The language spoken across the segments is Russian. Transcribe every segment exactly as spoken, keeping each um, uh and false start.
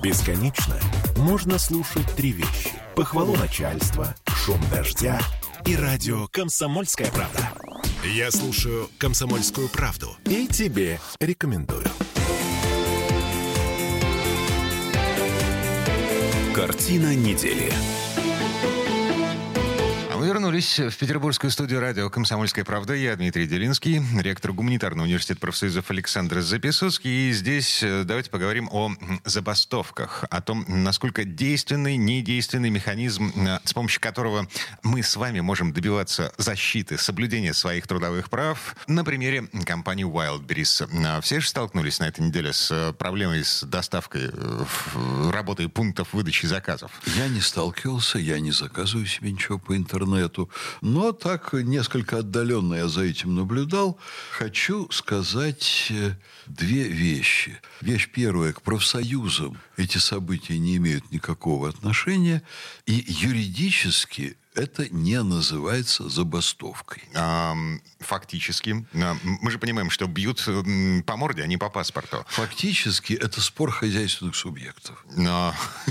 Бесконечно можно слушать три вещи: похвалу начальства, шум дождя и радио «Комсомольская правда». Я слушаю «Комсомольскую правду» и тебе рекомендую. Картина недели. Мы вернулись в петербургскую студию радио «Комсомольская правда». Я Дмитрий Делинский, ректор гуманитарного университета профсоюзов Александр Записоцкий. И здесь давайте поговорим о забастовках, о том, насколько действенный, недейственный механизм, с помощью которого мы с вами можем добиваться защиты, соблюдения своих трудовых прав. На примере компании Wildberries. Все же столкнулись на этой неделе с проблемой с доставкой, работой пунктов выдачи заказов. Я не сталкивался, я не заказываю себе ничего по интернету. Но так несколько отдаленно я за этим наблюдал. Хочу сказать две вещи. Вещь первая: к профсоюзам эти события не имеют никакого отношения. И юридически это не называется забастовкой. А, фактически. Мы же понимаем, что бьют по морде, а не по паспорту. Фактически это спор хозяйственных субъектов. Но...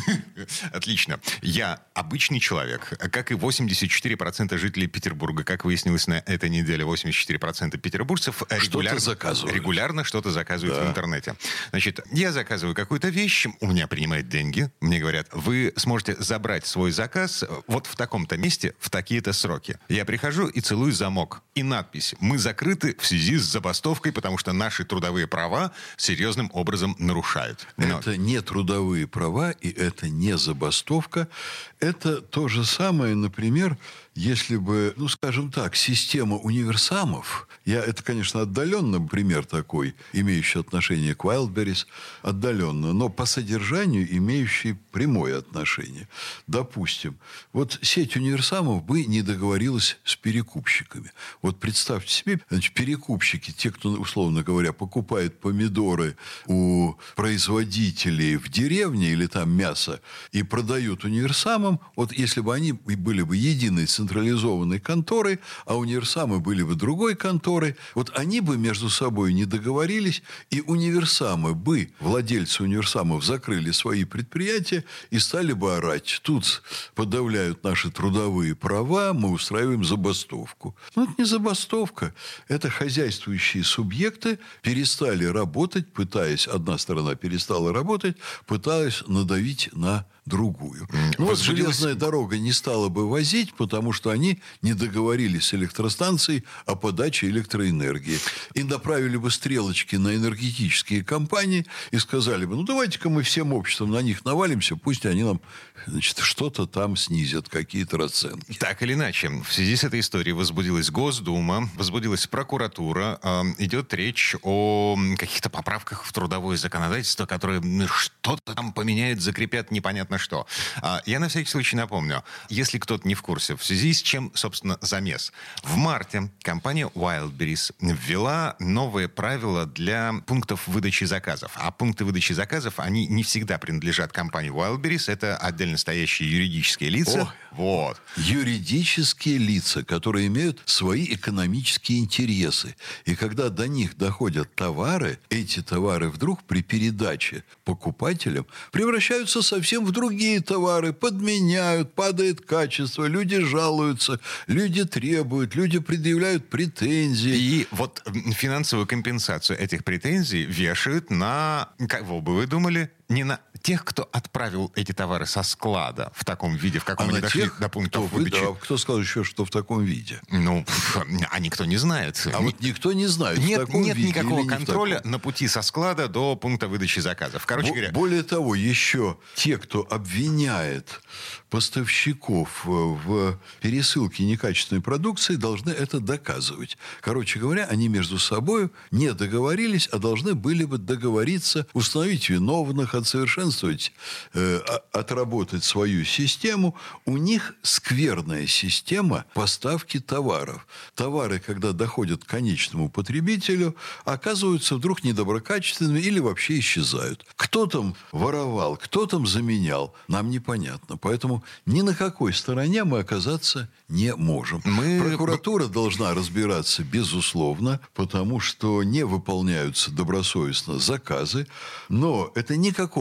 Отлично. Я обычный человек, как и восемьдесят четыре процента жителей Петербурга. Как выяснилось на этой неделе, восемьдесят четыре процента петербуржцев регулярно, регулярно что-то заказывают да. в интернете. Значит, я заказываю какую-то вещь, у меня принимают деньги, мне говорят, вы сможете забрать свой заказ вот в таком-то месте, в такие-то сроки. Я прихожу и целую замок. И надпись: мы закрыты в связи с забастовкой, потому что наши трудовые права серьезным образом нарушают. Но... Это не трудовые права, и это не забастовка. Это то же самое, например, если бы, ну, скажем так, система универсамов, я, это, конечно, отдаленно пример такой, имеющий отношение к Wildberries, отдаленно, но по содержанию имеющий прямое отношение. Допустим, вот сеть универсамов бы не договорилась с перекупщиками. Вот представьте себе, значит, перекупщики, те, кто, условно говоря, покупает помидоры у производителей в деревне или там мясо и продают универсамам, вот если бы они были бы единой централизованной конторой, а универсамы были бы другой конторой, вот они бы между собой не договорились, и универсамы бы, владельцы универсамов, закрыли свои предприятия и стали бы орать: тут подавляют наши трудовые права, мы устраиваем забастовку. Но это не забастовка, это хозяйствующие субъекты перестали работать, пытаясь, одна сторона перестала работать, пытаясь надавить на другую. Ну, вот железная дорога не стала бы возить, потому что они не договорились с электростанцией о подаче электроэнергии. И направили бы стрелочки на энергетические компании и сказали бы: ну, давайте-ка мы всем обществом на них навалимся, пусть они нам, значит, что-то там снизят, какие-то расценки. Так или иначе, в связи с этой историей возбудилась Госдума, возбудилась прокуратура. Э, идет речь о каких-то поправках в трудовое законодательство, которые что-то там поменяют, закрепят, непонятно что. А, я на всякий случай напомню, если кто-то не в курсе, в связи с чем, собственно, замес. В марте компания Wildberries ввела новые правила для пунктов выдачи заказов. А пункты выдачи заказов, они не всегда принадлежат компании Wildberries. Это отдельно стоящие юридические лица. О, вот. Юридические лица, которые имеют свои экономические интересы. И когда до них доходят товары, эти товары вдруг при передаче покупателям превращаются совсем в другие товары, подменяют, падает качество, люди жалуются, люди требуют, люди предъявляют претензии. И вот финансовую компенсацию этих претензий вешают на, кого бы вы думали, не на тех, кто отправил эти товары со склада в таком виде, в каком а они на дошли тех, до пунктов кто выдачи. Выдал, кто сказал еще, что в таком виде? Ну, а никто не знает. А вот никто не знает, нет, в таком нет виде никакого или не контроля на пути со склада до пункта выдачи заказов. Короче Б- говоря... Более того, еще те, кто обвиняет поставщиков в пересылке некачественной продукции, должны это доказывать. Короче говоря, они между собой не договорились, а должны были бы договориться, установить виновных, отсовершенствовать, э, отработать свою систему. У них скверная система поставки товаров. Товары, когда доходят к конечному потребителю, оказываются вдруг недоброкачественными или вообще исчезают. Кто там воровал, кто там заменял, нам непонятно. Поэтому ни на какой стороне мы оказаться не можем. Мы... Прокуратура должна разбираться, безусловно, потому что не выполняются добросовестно заказы, но это никакого отношения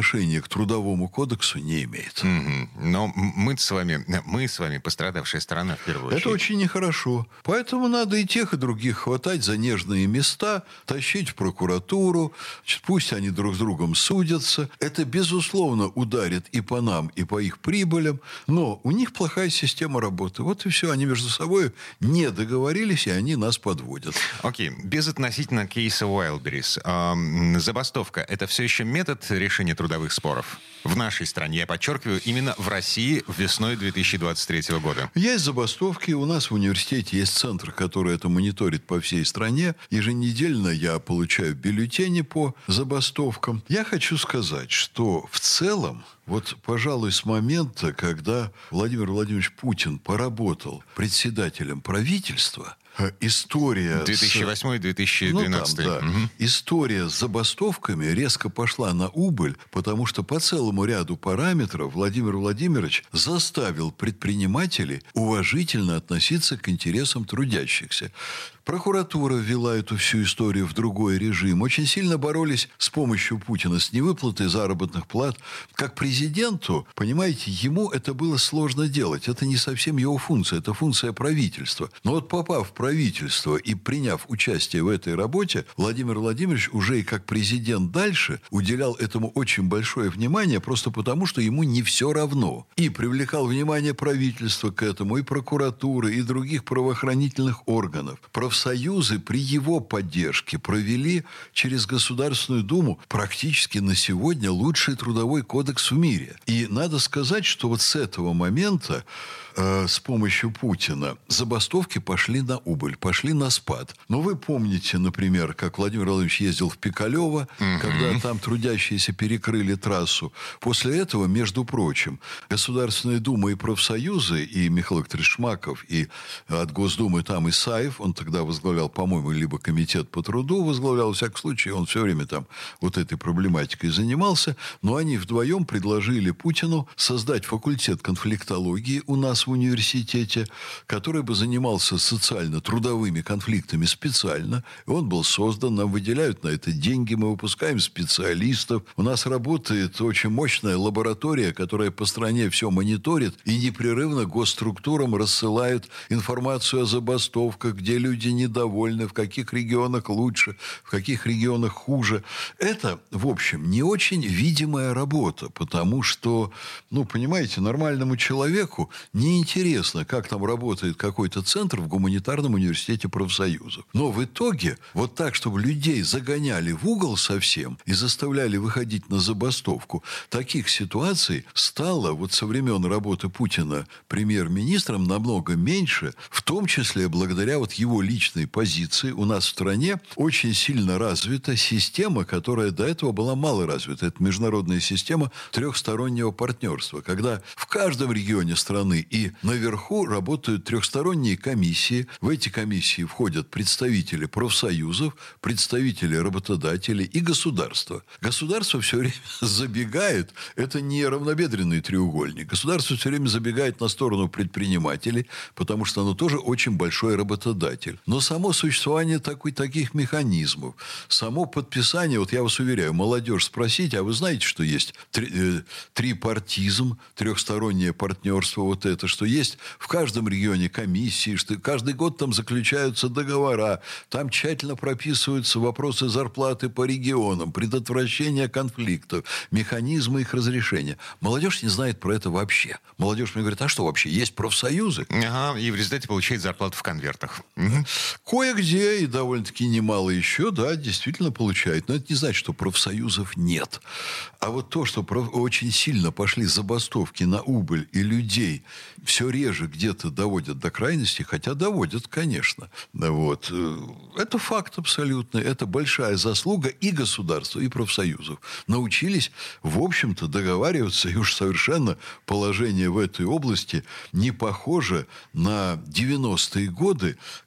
отношения к Трудовому кодексу не имеет. Mm-hmm. Но мы с вами, мы с вами пострадавшая сторона в первую очередь. Это очень нехорошо. Поэтому надо и тех, и других хватать за нежные места, тащить в прокуратуру, пусть они друг с другом судятся. Это, безусловно, ударит и по нам, и по их прибылям, но у них плохая система работы. Вот и все. Они между собой не договорились, и они нас подводят. Окей. Okay. Безотносительно кейса Wildberries. Эм, забастовка – это все еще метод решения трудовых споров? В нашей стране, я подчеркиваю, именно в России весной две тысячи двадцать третьего года. Есть забастовки. У нас в университете есть центр, который это мониторит по всей стране. Еженедельно я получаю бюллетени по забастовкам. Я хочу сказать, что в целом, вот, пожалуй, с момента, когда Владимир Владимирович Путин поработал председателем правительства, история... две тысячи восьмой - две тысячи двенадцатый. Ну, там, да. Угу. История с забастовками резко пошла на убыль, потому что по целому ряду параметров Владимир Владимирович заставил предпринимателей уважительно относиться к интересам трудящихся. Прокуратура ввела эту всю историю в другой режим. Очень сильно боролись с помощью Путина с невыплатой заработных плат. Как президенту, понимаете, ему это было сложно делать. Это не совсем его функция, это функция правительства. Но вот попав в правительство и приняв участие в этой работе, Владимир Владимирович уже и как президент дальше уделял этому очень большое внимание, просто потому, что ему не все равно. И привлекал внимание правительства к этому, и прокуратуры, и других правоохранительных органов. Профсоюзы при его поддержке провели через Государственную Думу практически на сегодня лучший трудовой кодекс в мире. И надо сказать, что вот с этого момента э, с помощью Путина забастовки пошли на убыль, пошли на спад. Но вы помните, например, как Владимир Владимирович ездил в Пикалево, mm-hmm. когда там трудящиеся перекрыли трассу. После этого, между прочим, Государственная Дума и профсоюзы, и Михаил Викторович Шмаков, и от Госдумы там Исаев, он тогда возглавлял, по-моему, либо комитет по труду возглавлял, во всяком случае, он все время там вот этой проблематикой занимался, но они вдвоем предложили Путину создать факультет конфликтологии у нас в университете, который бы занимался социально-трудовыми конфликтами специально. И он был создан, нам выделяют на это деньги, мы выпускаем специалистов. У нас работает очень мощная лаборатория, которая по стране все мониторит и непрерывно госструктурам рассылает информацию о забастовках, где люди недовольны, в каких регионах лучше, в каких регионах хуже. Это, в общем, не очень видимая работа, потому что, ну, понимаете, нормальному человеку неинтересно, как там работает какой-то центр в гуманитарном университете профсоюзов. Но в итоге вот так, чтобы людей загоняли в угол совсем и заставляли выходить на забастовку, таких ситуаций стало вот со времен работы Путина премьер-министром намного меньше, в том числе благодаря вот его личной позиции. У нас в стране очень сильно развита система, которая до этого была мало развита. Это международная система трехстороннего партнерства, когда в каждом регионе страны и наверху работают трехсторонние комиссии. В эти комиссии входят представители профсоюзов, представители работодателей и государства. Государство все время забегает. Это не равнобедренный треугольник. Государство все время забегает на сторону предпринимателей, потому что оно тоже очень большой работодатель. Но само существование такой, таких механизмов, само подписание, вот я вас уверяю, молодежь спросите, а вы знаете, что есть три, э, трипартизм, трехстороннее партнерство, вот это, что есть в каждом регионе комиссии, что каждый год там заключаются договора, там тщательно прописываются вопросы зарплаты по регионам, предотвращение конфликтов, механизмы их разрешения. Молодежь не знает про это вообще. Молодежь мне говорит, а что вообще, есть профсоюзы? Ага, и в результате получает зарплату в конвертах. Угу. Кое-где, и довольно-таки немало еще, да, действительно получает. Но это не значит, что профсоюзов нет. А вот то, что очень сильно пошли забастовки на убыль, и людей все реже где-то доводят до крайности, хотя доводят, конечно. Вот. Это факт абсолютный. Это большая заслуга и государства, и профсоюзов. Научились, в общем-то, договариваться, и уж совершенно положение в этой области не похоже на девяностые годы, когда мы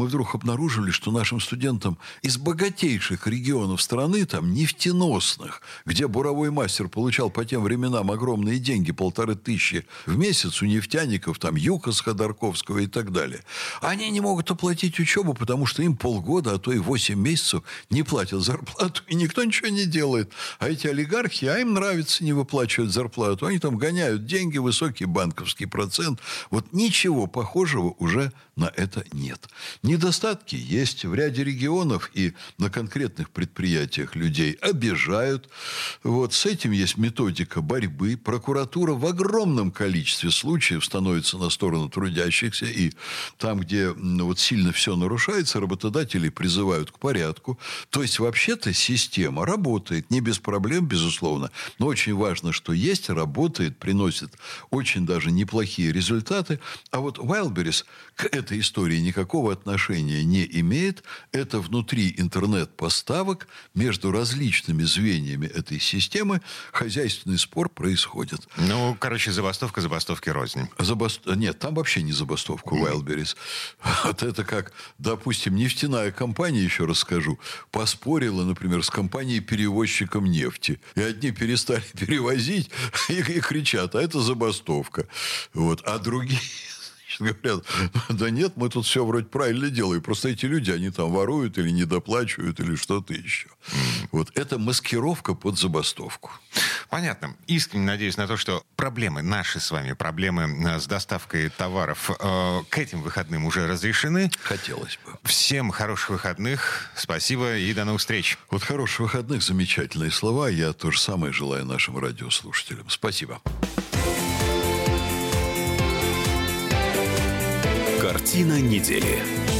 мы вдруг обнаружили, что нашим студентам из богатейших регионов страны, там, нефтеносных, где буровой мастер получал по тем временам огромные деньги, полторы тысячи в месяц у нефтяников, там, ЮКОС Ходорковского и так далее, они не могут оплатить учебу, потому что им полгода, а то и восемь месяцев не платят зарплату, и никто ничего не делает. А эти олигархи, а им нравится не выплачивать зарплату, они там гоняют деньги, высокий банковский процент. Вот ничего похожего уже на это нет. Недостатки есть в ряде регионов, и на конкретных предприятиях людей обижают. Вот с этим есть методика борьбы. Прокуратура в огромном количестве случаев становится на сторону трудящихся, и там, где вот сильно все нарушается, работодатели призывают к порядку. То есть, вообще-то система работает, не без проблем, безусловно, но очень важно, что есть, работает, приносит очень даже неплохие результаты. А вот Wildberries к этой истории никакого отношения не имеет. Это внутри интернет-поставок между различными звеньями этой системы хозяйственный спор происходит. Ну, короче, забастовка забастовки рознь. Забаст... Нет, там вообще не забастовка Wildberries. Вот это как, допустим, нефтяная компания, еще раз скажу, поспорила, например, с компанией-перевозчиком нефти. И одни перестали перевозить и, и кричат, а это забастовка. Вот. А другие... говорят, да нет, мы тут все вроде правильно делаем. Просто эти люди, они там воруют или недоплачивают, или что-то еще. Вот это маскировка под забастовку. Понятно. Искренне надеюсь на то, что проблемы, наши с вами проблемы с доставкой товаров э, к этим выходным уже разрешены. Хотелось бы. Всем хороших выходных. Спасибо и до новых встреч. Вот хороших выходных, замечательные слова. Я то же самое желаю нашим радиослушателям. Спасибо. Картина недели.